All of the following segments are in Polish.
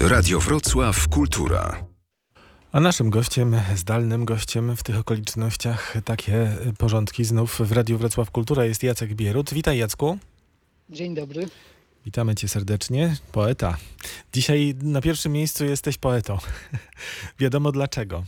Radio Wrocław Kultura. A naszym gościem, zdalnym gościem w tych okolicznościach, takie porządki znów w Radiu Wrocław Kultura jest Jacek Bierut. Witaj, Jacku. Dzień dobry. Witamy cię serdecznie. Poeta. Dzisiaj na pierwszym miejscu jesteś poetą. Wiadomo dlaczego.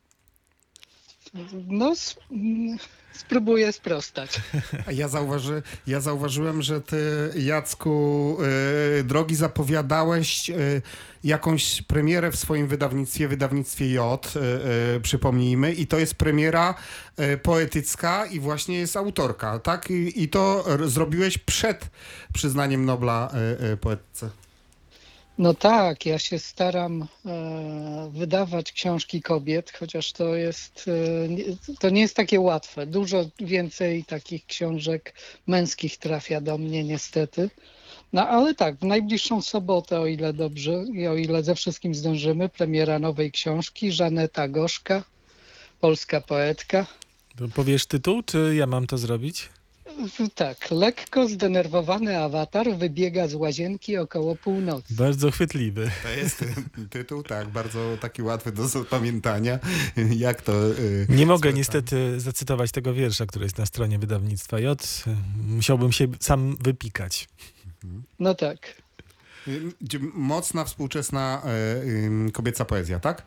No, spróbuję sprostać. Ja zauważyłem, że ty, Jacku, drogi, zapowiadałeś jakąś premierę w swoim wydawnictwie J, przypomnijmy, i to jest premiera poetycka i właśnie jest autorka, tak? I to zrobiłeś przed przyznaniem Nobla poetce. No tak, ja się staram wydawać książki kobiet, chociaż to nie jest takie łatwe. Dużo więcej takich książek męskich trafia do mnie niestety. No ale tak, w najbliższą sobotę, o ile dobrze i o ile ze wszystkim zdążymy, premiera nowej książki, Żaneta Gorzka, polska poetka. To powiesz tytuł, czy ja mam to zrobić? Tak, lekko zdenerwowany awatar wybiega z łazienki około północy. Bardzo chwytliwy. To jest tytuł, tak, bardzo taki łatwy do zapamiętania. Jak to... Nie mogę niestety zacytować tego wiersza, który jest na stronie wydawnictwa J. Musiałbym się sam wypikać. No tak. Mocna, współczesna kobieca poezja, tak?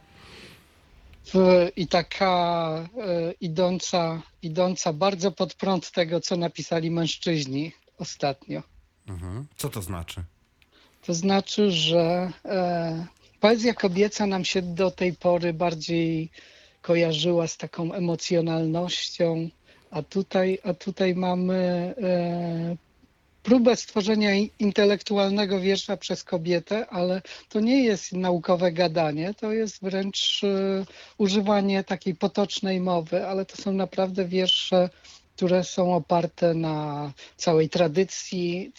I taka idąca bardzo pod prąd tego, co napisali mężczyźni ostatnio. Co to znaczy? To znaczy, że poezja kobieca nam się do tej pory bardziej kojarzyła z taką emocjonalnością, a tutaj mamy próbę stworzenia intelektualnego wiersza przez kobietę, ale to nie jest naukowe gadanie, to jest wręcz używanie takiej potocznej mowy, ale to są naprawdę wiersze, które są oparte na całej tradycji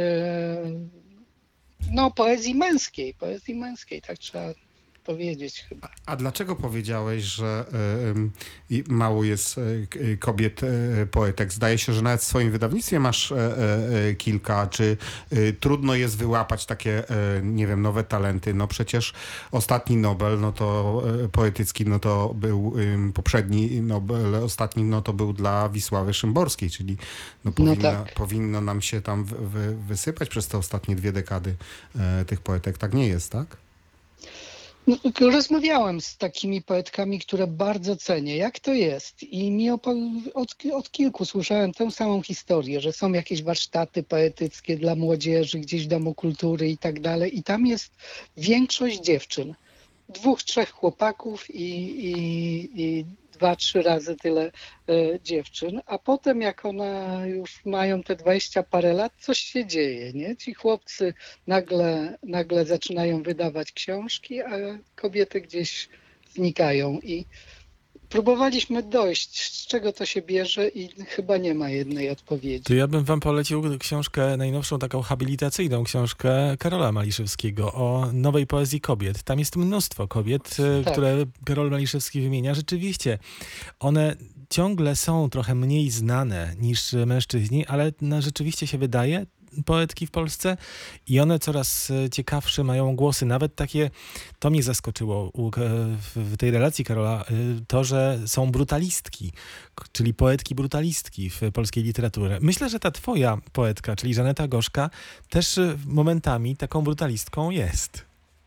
poezji męskiej, tak trzeba powiedzieć chyba. A dlaczego powiedziałeś, że mało jest kobiet poetek? Zdaje się, że nawet w swoim wydawnictwie masz kilka. Czy trudno jest wyłapać takie, nie wiem, nowe talenty? No przecież ostatni Nobel, no to poetycki, no to był poprzedni Nobel, ostatni, no to był dla Wisławy Szymborskiej, czyli powinno nam się tam wysypać przez te ostatnie 2 dekady tych poetek. Tak nie jest, tak? No, rozmawiałem z takimi poetkami, które bardzo cenię. Jak to jest? I od kilku słyszałem tę samą historię, że są jakieś warsztaty poetyckie dla młodzieży, gdzieś w Domu Kultury i tak dalej. I tam jest większość dziewczyn. 2-3 chłopaków i 2-3 razy tyle dziewczyn, a potem jak one już mają te 20 parę lat, coś się dzieje, nie? Ci chłopcy nagle zaczynają wydawać książki, a kobiety gdzieś znikają i próbowaliśmy dojść, z czego to się bierze i chyba nie ma jednej odpowiedzi. To ja bym wam polecił książkę, najnowszą taką habilitacyjną książkę Karola Maliszewskiego o nowej poezji kobiet. Tam jest mnóstwo kobiet, które Karol Maliszewski wymienia. Rzeczywiście, one ciągle są trochę mniej znane niż mężczyźni, ale rzeczywiście się wydaje, poetki w Polsce i one coraz ciekawsze mają głosy. Nawet takie, to mnie zaskoczyło w tej relacji Karola, to, że są brutalistki, czyli poetki brutalistki w polskiej literaturze. Myślę, że ta twoja poetka, czyli Żaneta Gorzka, też momentami taką brutalistką jest.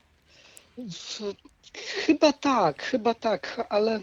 Chyba tak, ale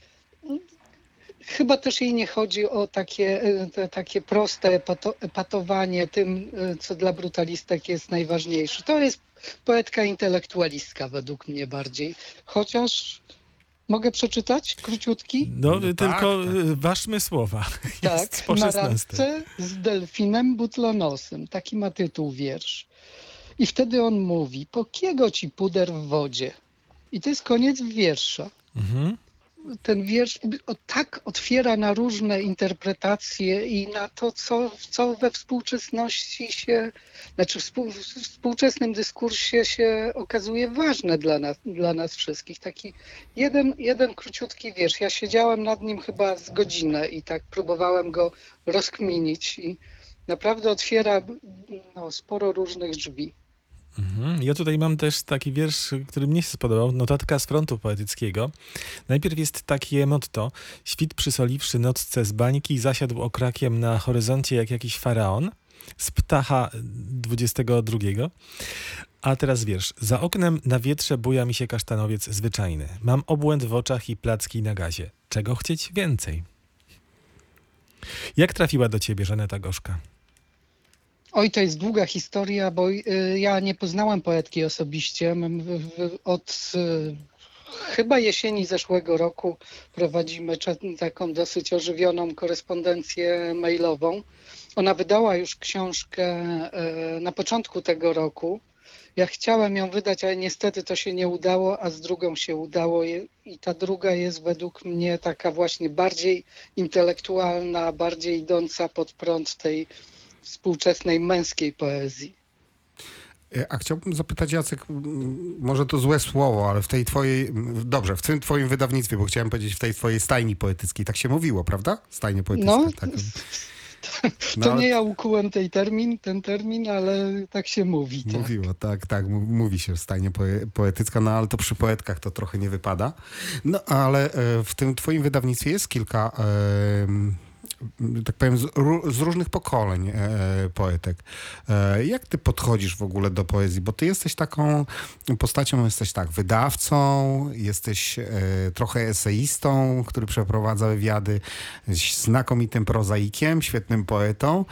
chyba też jej nie chodzi o takie proste epatowanie tym, co dla brutalistek jest najważniejsze. To jest poetka intelektualistka według mnie bardziej. Chociaż mogę przeczytać króciutki? No tylko ważmy słowa. Tak, na randce z delfinem butlonosem. Taki ma tytuł wiersz. I wtedy on mówi, po kiego ci puder w wodzie? I to jest koniec wiersza. Ten wiersz tak otwiera na różne interpretacje i na to, co we współczesności w współczesnym dyskursie się okazuje ważne dla nas wszystkich. Taki jeden króciutki wiersz. Ja siedziałem nad nim chyba z godzinę i tak próbowałem go rozkminić i naprawdę otwiera sporo różnych drzwi. Ja tutaj mam też taki wiersz, który mnie się spodobał, notatka z frontu poetyckiego. Najpierw jest takie motto: świt przysoliwszy nocce z bańki, zasiadł okrakiem na horyzoncie jak jakiś faraon z Ptacha 22. A teraz wiersz. Za oknem na wietrze buja mi się kasztanowiec zwyczajny. Mam obłęd w oczach i placki na gazie. Czego chcieć więcej? Jak trafiła do ciebie Żaneta Gorzka? Oj, to jest długa historia, bo ja nie poznałem poetki osobiście. Od chyba jesieni zeszłego roku prowadzimy taką dosyć ożywioną korespondencję mailową. Ona wydała już książkę na początku tego roku. Ja chciałem ją wydać, ale niestety to się nie udało, a z drugą się udało i ta druga jest według mnie taka właśnie bardziej intelektualna, bardziej idąca pod prąd tej współczesnej męskiej poezji. A chciałbym zapytać, Jacek, może to złe słowo, ale w tej twojej, dobrze, w tym twoim wydawnictwie, bo chciałem powiedzieć w tej twojej stajni poetyckiej, tak się mówiło, prawda? Stajnie poetyckie. No, tak. to nie ja ukułem ten termin, ale tak się mówi. Tak. Mówiło, tak, mówi się stajnie poetycka, no ale to przy poetkach to trochę nie wypada. No ale w tym twoim wydawnictwie jest kilka tak powiem, z różnych pokoleń poetek. Jak ty podchodzisz w ogóle do poezji? Bo ty jesteś taką postacią, jesteś tak, wydawcą, jesteś trochę eseistą, który przeprowadza wywiady, jesteś znakomitym prozaikiem, świetnym poetą.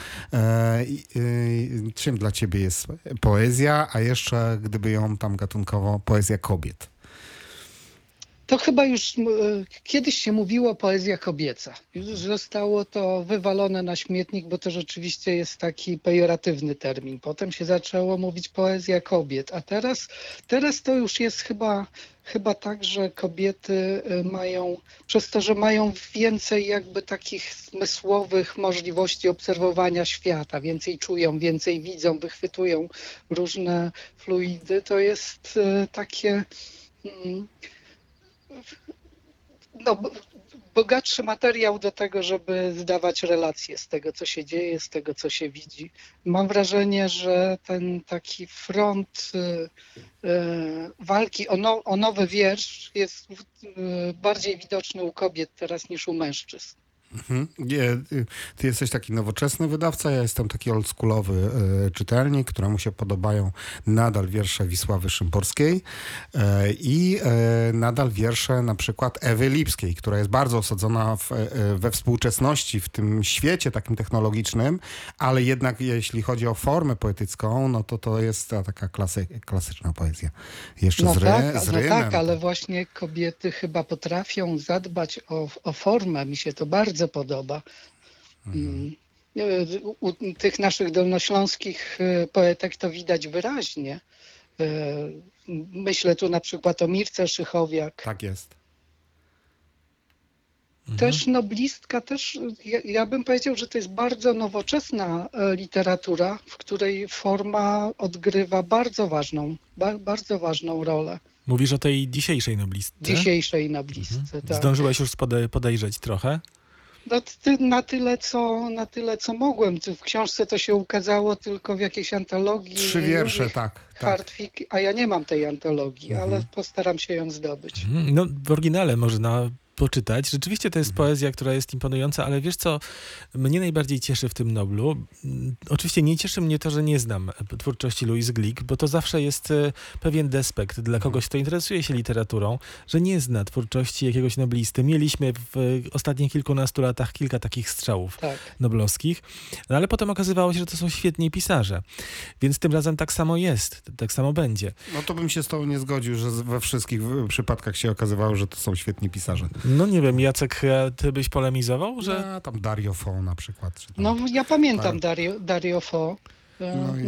Czym dla ciebie jest poezja, a jeszcze, gdyby ją tam gatunkowo, poezja kobiet? To chyba już kiedyś się mówiło poezja kobieca. Już zostało to wywalone na śmietnik, bo to rzeczywiście jest taki pejoratywny termin. Potem się zaczęło mówić poezja kobiet, a teraz to już jest chyba tak, że kobiety mają, przez to, że mają więcej jakby takich zmysłowych możliwości obserwowania świata, więcej czują, więcej widzą, wychwytują różne fluidy, to jest takie... bogatszy materiał do tego, żeby zdawać relacje z tego, co się dzieje, z tego, co się widzi. Mam wrażenie, że ten taki front walki o nowy wiersz jest bardziej widoczny u kobiet teraz niż u mężczyzn. Ty jesteś taki nowoczesny wydawca, ja jestem taki oldschoolowy czytelnik, któremu się podobają nadal wiersze Wisławy Szymborskiej i nadal wiersze na przykład Ewy Lipskiej, która jest bardzo osadzona we współczesności, w tym świecie takim technologicznym, ale jednak jeśli chodzi o formę poetycką, no to jest ta taka klasyczna poezja. Jeszcze z rymem. Tak, ale właśnie kobiety chyba potrafią zadbać o formę, mi się to bardzo podoba. U tych naszych dolnośląskich poetek to widać wyraźnie. Myślę tu na przykład o Mirce Szychowiak. Tak jest. Też noblistka, ja bym powiedział, że to jest bardzo nowoczesna literatura, w której forma odgrywa bardzo ważną rolę. Mówisz o tej dzisiejszej noblistce? Dzisiejszej noblistce, tak. Zdążyłeś już podejrzeć trochę? No, na tyle, co mogłem. W książce to się ukazało tylko w jakiejś antologii. 3 wiersze, tak. Hardfic, a ja nie mam tej antologii, ale postaram się ją zdobyć. No, w oryginale można poczytać. Rzeczywiście to jest poezja, która jest imponująca, ale wiesz co mnie najbardziej cieszy w tym Noblu? Oczywiście nie cieszy mnie to, że nie znam twórczości Louise Glück, bo to zawsze jest pewien despekt dla kogoś, kto interesuje się literaturą, że nie zna twórczości jakiegoś noblisty. Mieliśmy w ostatnich kilkunastu latach kilka takich strzałów noblowskich, no ale potem okazywało się, że to są świetni pisarze. Więc tym razem tak samo jest, tak samo będzie. No to bym się z tobą nie zgodził, że we wszystkich przypadkach się okazywało, że to są świetni pisarze. No nie wiem, Jacek, ty byś polemizował, że... No, tam Dario Fo na przykład. Czy tam... No ja pamiętam Dario Fo.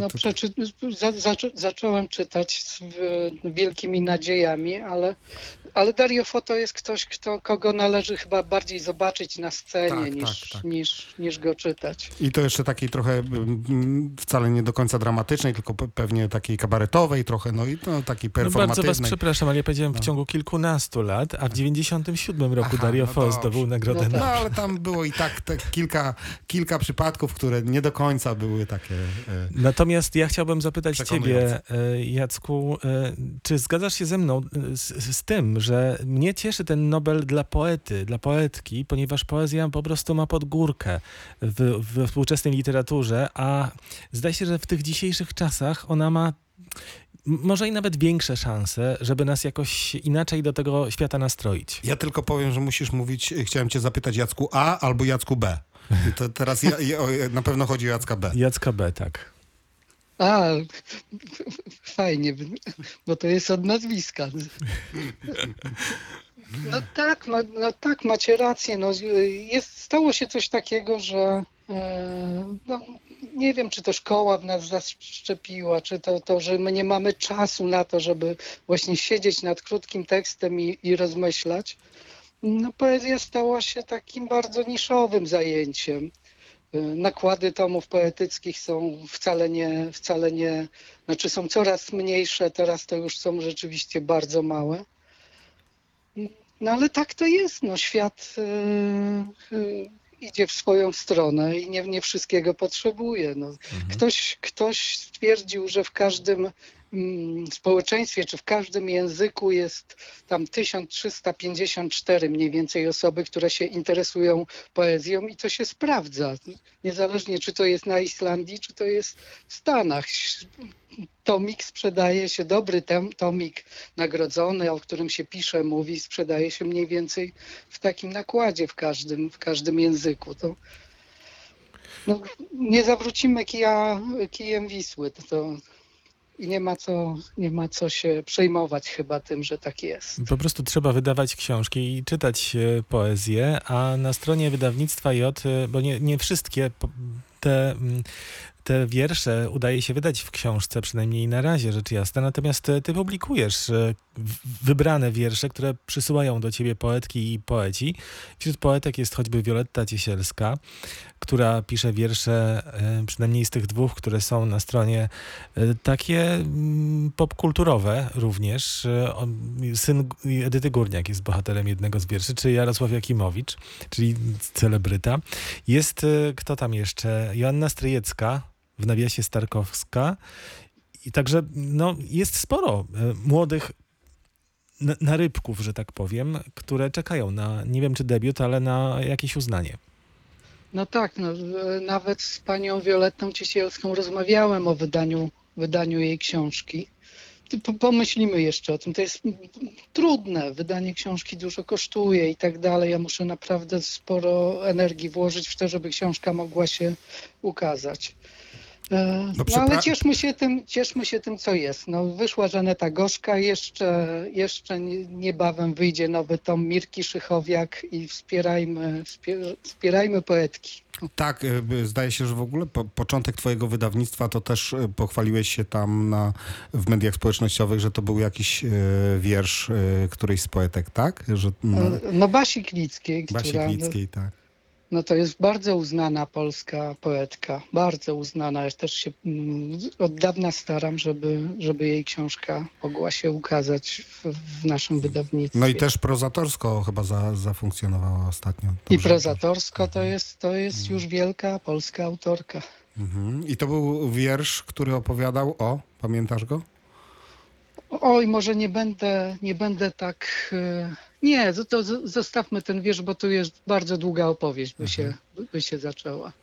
Zacząłem czytać z wielkimi nadziejami, Ale Dario Fo to jest ktoś, kogo należy chyba bardziej zobaczyć na scenie Tak. niż go czytać. I to jeszcze takiej trochę wcale nie do końca dramatycznej, tylko pewnie takiej kabaretowej trochę, no i no, takiej No bardzo performatywnej. was przepraszam, ale ja powiedziałem w ciągu kilkunastu lat, a w 97 roku Dario Fo dobrze. zdobył nagrodę No No ale tam było i tak kilka przypadków, które nie do końca były takie... Natomiast ja chciałbym zapytać Przekonujące. ciebie, Jacku, czy zgadzasz się ze mną z tym, że mnie cieszy ten Nobel dla poety, dla poetki, ponieważ poezja po prostu ma pod górkę we współczesnej literaturze, a zdaje się, że w tych dzisiejszych czasach ona ma może i nawet większe szanse, żeby nas jakoś inaczej do tego świata nastroić. Ja tylko powiem, że musisz mówić, chciałem cię zapytać Jacku A albo Jacku B. I to teraz na pewno chodzi o Jacka B. Jacka B, tak. A, fajnie, bo to jest od nazwiska. No tak, macie rację. No, stało się coś takiego, że no, nie wiem, czy to szkoła w nas zaszczepiła, czy to, że my nie mamy czasu na to, żeby właśnie siedzieć nad krótkim tekstem i rozmyślać. No, poezja stała się takim bardzo niszowym zajęciem. Nakłady tomów poetyckich są wcale nie, znaczy są coraz mniejsze, teraz to już są rzeczywiście bardzo małe. No ale tak to jest, no świat idzie w swoją stronę i nie wszystkiego potrzebuje. No. Ktoś stwierdził, że w każdym społeczeństwie, czy w każdym języku jest tam 1354 mniej więcej osoby, które się interesują poezją i to się sprawdza. Niezależnie czy to jest na Islandii, czy to jest w Stanach. Tomik sprzedaje się, dobry tomik nagrodzony, o którym się pisze, mówi, sprzedaje się mniej więcej w takim nakładzie w każdym języku. To, no, nie zawrócimy kijem Wisły. I nie ma co się przejmować chyba tym, że tak jest. Po prostu trzeba wydawać książki i czytać poezję, a na stronie wydawnictwa J, bo nie wszystkie te wiersze udaje się wydać w książce, przynajmniej na razie, rzecz jasna. Natomiast ty publikujesz wybrane wiersze, które przysyłają do ciebie poetki i poeci. Wśród poetek jest choćby Wioletta Ciesielska, która pisze wiersze, przynajmniej z tych dwóch, które są na stronie, takie popkulturowe również. Syn Edyty Górniak jest bohaterem jednego z wierszy, czy Jarosław Jakimowicz, czyli celebryta. Jest, kto tam jeszcze? Joanna Stryjecka, w nawiasie Starkowska. I także no, jest sporo młodych narybków, że tak powiem, które czekają na, nie wiem czy debiut, ale na jakieś uznanie. No tak, no, nawet z panią Violettą Ciesielską rozmawiałem o wydaniu jej książki. Pomyślimy jeszcze o tym. To jest trudne. Wydanie książki dużo kosztuje i tak dalej. Ja muszę naprawdę sporo energii włożyć w to, żeby książka mogła się ukazać. No ale cieszmy się tym, co jest. No, wyszła Żaneta Gorzka, jeszcze niebawem wyjdzie nowy tom Mirki Szychowiak i wspierajmy poetki. Tak, zdaje się, że w ogóle początek twojego wydawnictwa to też pochwaliłeś się tam w mediach społecznościowych, że to był jakiś wiersz którejś z poetek, tak? Że, no Basi Klickiej, tak. No to jest bardzo uznana polska poetka, bardzo uznana. Ja też się od dawna staram, żeby jej książka mogła się ukazać w naszym wydawnictwie. No i też prozatorsko chyba zafunkcjonowała ostatnio. I prozatorsko to jest już wielka polska autorka. Mhm. I to był wiersz, który opowiadał o, pamiętasz go? Oj, może nie będę tak... Nie, to zostawmy ten wiersz, bo tu jest bardzo długa opowieść, by się zaczęła.